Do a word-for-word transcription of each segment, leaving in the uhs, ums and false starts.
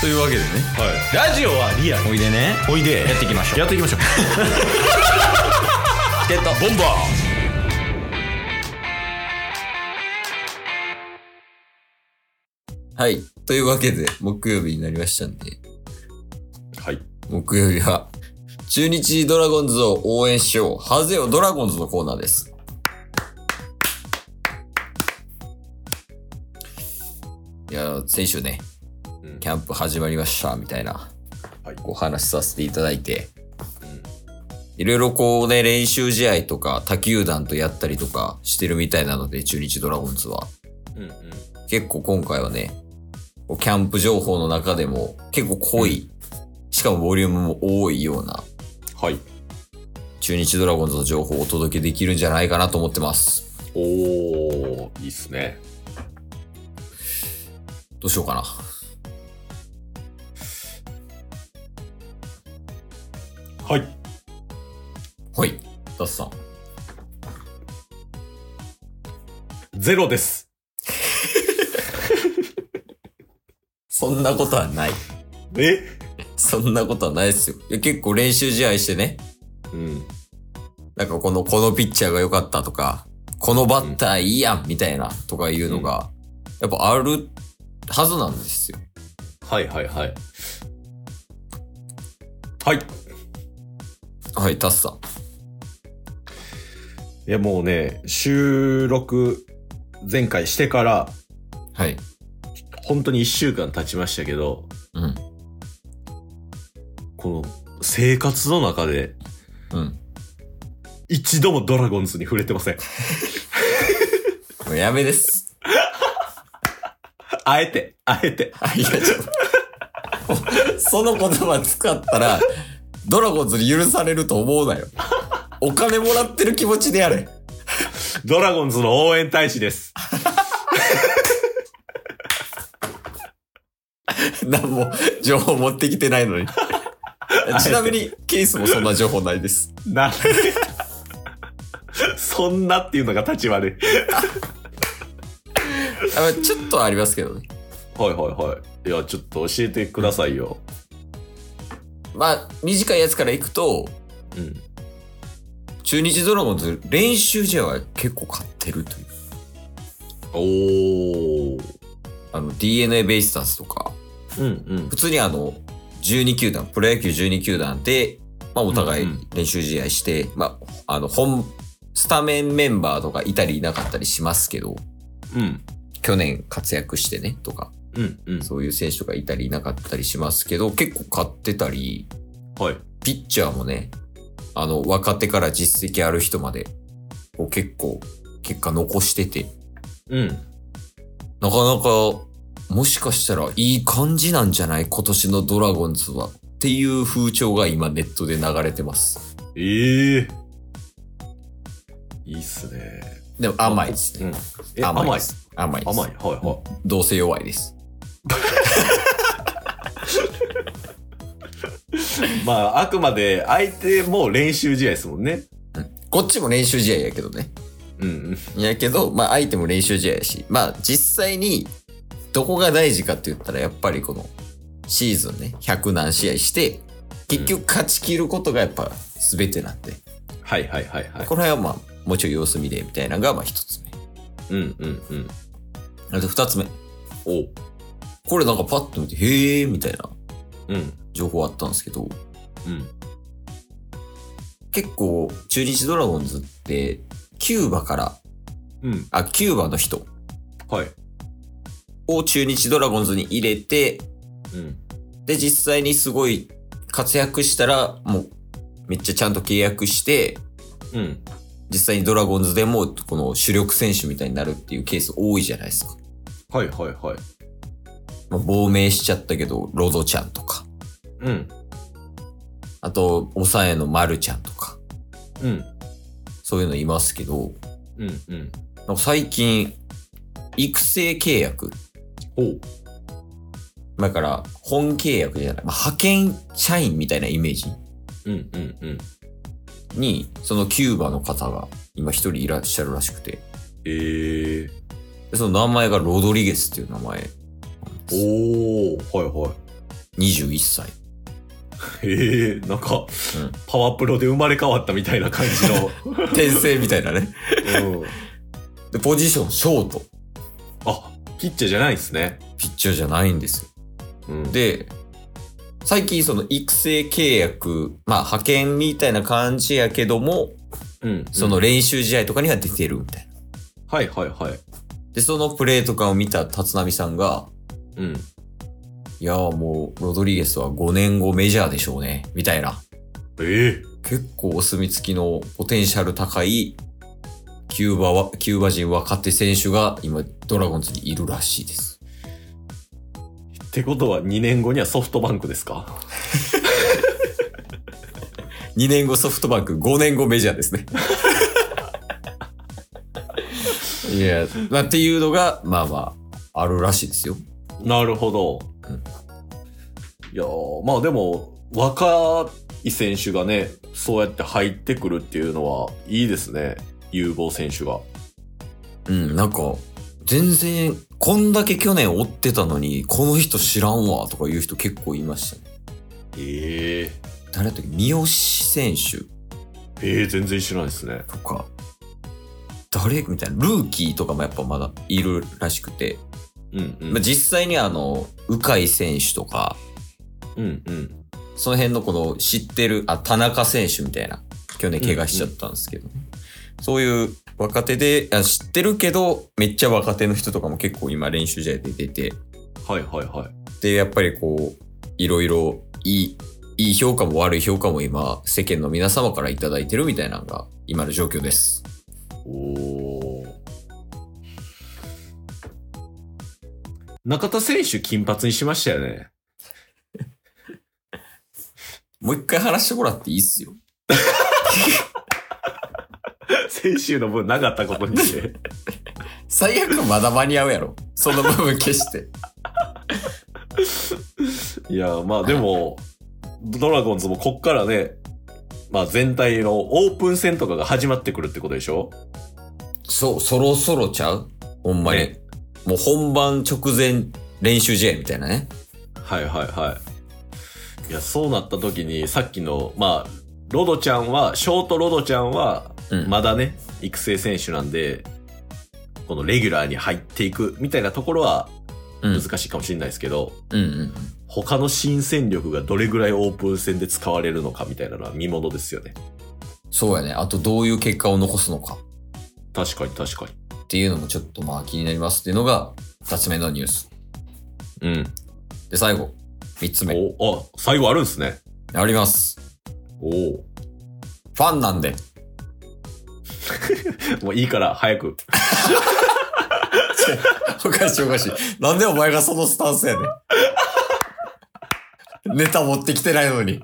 というわけでね、 はい、ラジオはリアル。 おいでね、 おいでやっていきましょう。 やっていきましょう。 チケットボンバー。はい。というわけで、木曜日になりましたんで。 はい。 木曜日は、中日ドラゴンズを応援しよう。ハゼよドラゴンズのコーナーです。いや、先週ね、うん、キャンプ始まりました、みたいな、はい、お話しさせていただいて、いろいろこうね、練習試合とか、他球団とやったりとかしてるみたいなので、中日ドラゴンズは。うんうん、結構今回はね、キャンプ情報の中でも結構濃い、うん、しかもボリュームも多いような、はい。中日ドラゴンズの情報をお届けできるんじゃないかなと思ってます。 おー、いいっすね。 どうしようかな。 はい。 はい。ダッサン。 ゼロです。 そんなことはない。 えそんなことはないですよ。いや結構練習試合してね。うん。なんかこの、このピッチャーが良かったとか、このバッターいいやんみたいなとかいうのが、やっぱあるはずなんですよ。 はいはいはい。はい。 はい、タスさん。 いやもうね、収録前回してから、 はい。 本当に一週間経ちましたけど、うん。この生活の中で、うん。一度もドラゴンズに触れてません。 もうやめです。 あえて、あえて。 いや、ちょっと。その言葉使ったら、ドラゴンズに許されると思うなよ。お金もらってる気持ちでやれ。 ドラゴンズの応援大使です。 何も情報持ってきてないのに。ちなみにケースもそんな情報ないです。 なそんなっていうのが立ち悪い。 ちょっとありますけどね。 はいはいはい。いや、ちょっと教えてくださいよ。 まあ、短いやつからいくと、うん。中日ドラゴンズ練習試合は結構勝ってるという。おー。あの ディーエヌエー ベイスターズとか、うんうん、普通にあのじゅうに球団、プロ野球じゅうに球団で、まあお互い練習試合して、うんうん、まああの本スタメンメンバーとかいたりいなかったりしますけど、うん、去年活躍してねとか、うんうん、そういう選手とかいたりいなかったりしますけど、結構勝ってたり、はい、ピッチャーもね、あの若手から実績ある人までこう結構結果残してて、うん、なかなかもしかしたらいい感じなんじゃない今年のドラゴンズはっていう風潮が今ネットで流れてます。 ええー、いいっすね。 でも甘いですね。 うん、甘いです。 甘いです。 甘い。はいはい。 どうせ弱いです。 まああくまで相手も練習試合ですもんね。 うん、こっちも練習試合やけどね。うんうん。やけど、まあ相手も練習試合やし、まあ実際にどこが大事かって言ったらやっぱりこのシーズンね、ひゃく何試合して、結局勝ち切ることがやっぱ全てなんで。うん、 はいはいはいはい。 この辺はまあ、もうちょい様子見でみたいなのがまあ一つ目。うんうんうん。あと二つ目。おこれなんかパッと見て、へーみたいな、うん、情報あったんですけど、うん、結構中日ドラゴンズってキューバから、うん、あ、キューバの人。はい。を中日ドラゴンズに入れて、うん、で、実際にすごい活躍したら、もう、めっちゃちゃんと契約して、うん、実際にドラゴンズでも、この主力選手みたいになるっていうケース多いじゃないですか。 はいはいはい。 まあ、亡命しちゃったけど、ロドちゃんとか。うん。あと、抑えのマルちゃんとか。うん。そういうのいますけど、うんうん。なんか最近、育成契約。おう。だから、本契約じゃない。まあ、派遣社員みたいなイメージ。うんうんうん。に、そのキューバの方が今一人いらっしゃるらしくて。えー。でその名前がロドリゲスっていう名前。 おー、はいはい。 にじゅういっさい。 へえ、なんか、うん、パワープロで生まれ変わったみたいな感じの。 転生みたいなね。うん。で、ポジション、ショート。 あ、ピッチャーじゃないんですね。 ピッチャーじゃないんですよ。うん、で、最近その育成契約、まあ派遣みたいな感じやけども、うん、その練習試合とかには出てるみたいな。 はいはいはい。 で、そのプレーとかを見た立浪さんが、うん。いやーもう、ロドリゲスはごねんごメジャーでしょうね、みたいな。 ええー。 結構お墨付きのポテンシャル高い、キューバは、キューバ人若手選手が今、ドラゴンズにいるらしいです。 ってことはにねんごにはソフトバンクですか？ にねんごソフトバンク、ごねんごメジャーですね。いや、まあ、っていうのが、まあまあ、あるらしいですよ。 なるほど。うん、いやまあでも、若い選手がね、そうやって入ってくるっていうのはいいですね。有望選手が。 うん、なんか、全然、こんだけ去年追ってたのに、この人知らんわ、とかいう人結構いましたね。 ええー。 誰だったっけ？三好選手。 ええー、全然知らないですね。 とか、誰みたいな。ルーキーとかもやっぱまだいるらしくて。うんうん。まあ、実際にあの、鵜飼選手とか、うんうん。その辺のこの知ってる、あ、田中選手みたいな。去年怪我しちゃったんですけど、ね、うんうん、そういう若手で、あ、知ってるけど、めっちゃ若手の人とかも結構今練習試合で出て。 はいはいはい。 で、やっぱりこう、いろいろいい、いい評価も悪い評価も今、世間の皆様からいただいてるみたいなのが今の状況です。 おー。中田選手金髪にしましたよね。 もう一回話してもらっていいっすよ。 先週の分なかったことにして。 最悪まだ間に合うやろ。その部分消して。 いや、まあでも、ドラゴンズもこっからね、まあ全体のオープン戦とかが始まってくるってことでしょ？ そう、そろそろちゃう？ほんまに。ね、もう本番直前練習試合みたいなね。 はいはいはい。いや、そうなった時にさっきの、まあ、ロドちゃんは、ショートロドちゃんは、まだね、うん、育成選手なんで、このレギュラーに入っていくみたいなところは難しいかもしれないですけど、うんうんうん、他の新戦力がどれぐらいオープン戦で使われるのかみたいなのは見ものですよね。 そうやね。あとどういう結果を残すのか。 確かに確かに。 っていうのもちょっとまあ気になりますっていうのが二つ目のニュース。うん。で、最後。三つ目。 お、あ、最後あるんですね。 あります。 おお。 ファンなんで。 もういいから、早く。 おかしいおかしい。なんでお前がそのスタンスやねん。ネタ持ってきてないのに。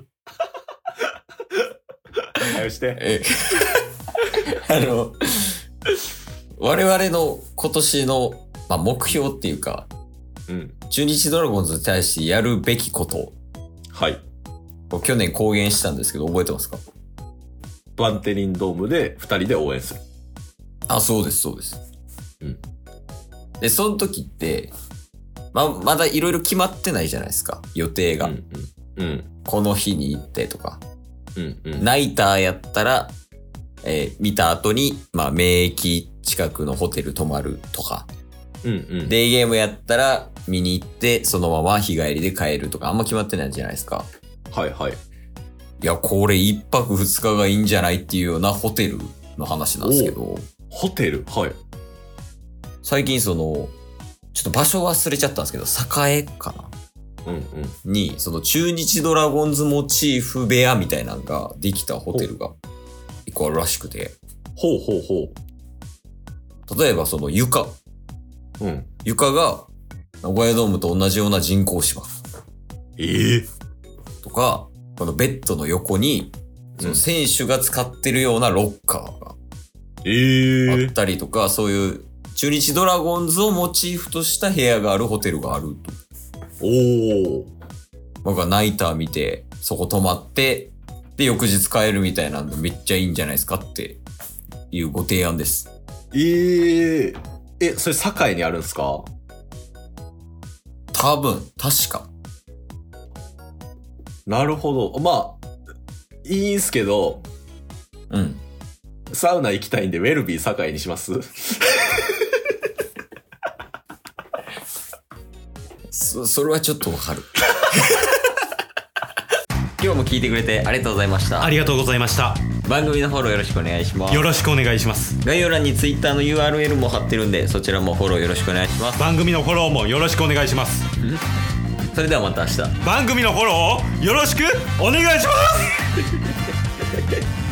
早くして。えあの、我々の今年の、まあ、目標っていうか、うん、中日ドラゴンズに対してやるべきこと。 はい。 去年公言したんですけど、覚えてますか？ バンテリンドームで二人で応援する。 あ、そうです、そうです。うん。で、その時って、ま、まだいろいろ決まってないじゃないですか。予定が。うんうん。うん、この日に行ってとか。うんうん。ナイターやったら、えー、見た後に、まあ、名駅近くのホテル泊まるとか。うんうん。デイゲームやったら、見に行って、そのまま日帰りで帰るとか、あんま決まってないじゃないですか。 はいはい。 いや、これ一泊二日がいいんじゃないっていうようなホテルの話なんですけど。 ホテル？はい。 最近その、ちょっと場所忘れちゃったんですけど、栄かな、うんうん、に、その中日ドラゴンズモチーフ部屋みたいなのができたホテルが一個あるらしくて。 ほうほうほう。例えばその床。うん。床が、名古屋ドームと同じような人工芝。 ええー。 とか、このベッドの横に、その選手が使ってるようなロッカーが。あったりとか、えー、そういう中日ドラゴンズをモチーフとした部屋があるホテルがあると。おー。僕はナイター見て、そこ泊まって、で、翌日帰るみたいなんでめっちゃいいんじゃないですかっていうご提案です。 えー、え、それ堺にあるんですか？ 多分、確か。 なるほど。まあ、いいんすけど、 うん。 サウナ行きたいんで、ウェルビー堺にしますそ、それはちょっとわかる。今日も聞いてくれてありがとうございました。 ありがとうございました。 番組のフォローよろしくお願いします。 よろしくお願いします。 概要欄に Twitter の ユーアールエル も貼ってるんで、そちらもフォローよろしくお願いします。 番組のフォローもよろしくお願いします。 それではまた明日。 番組のフォローをよろしくお願いします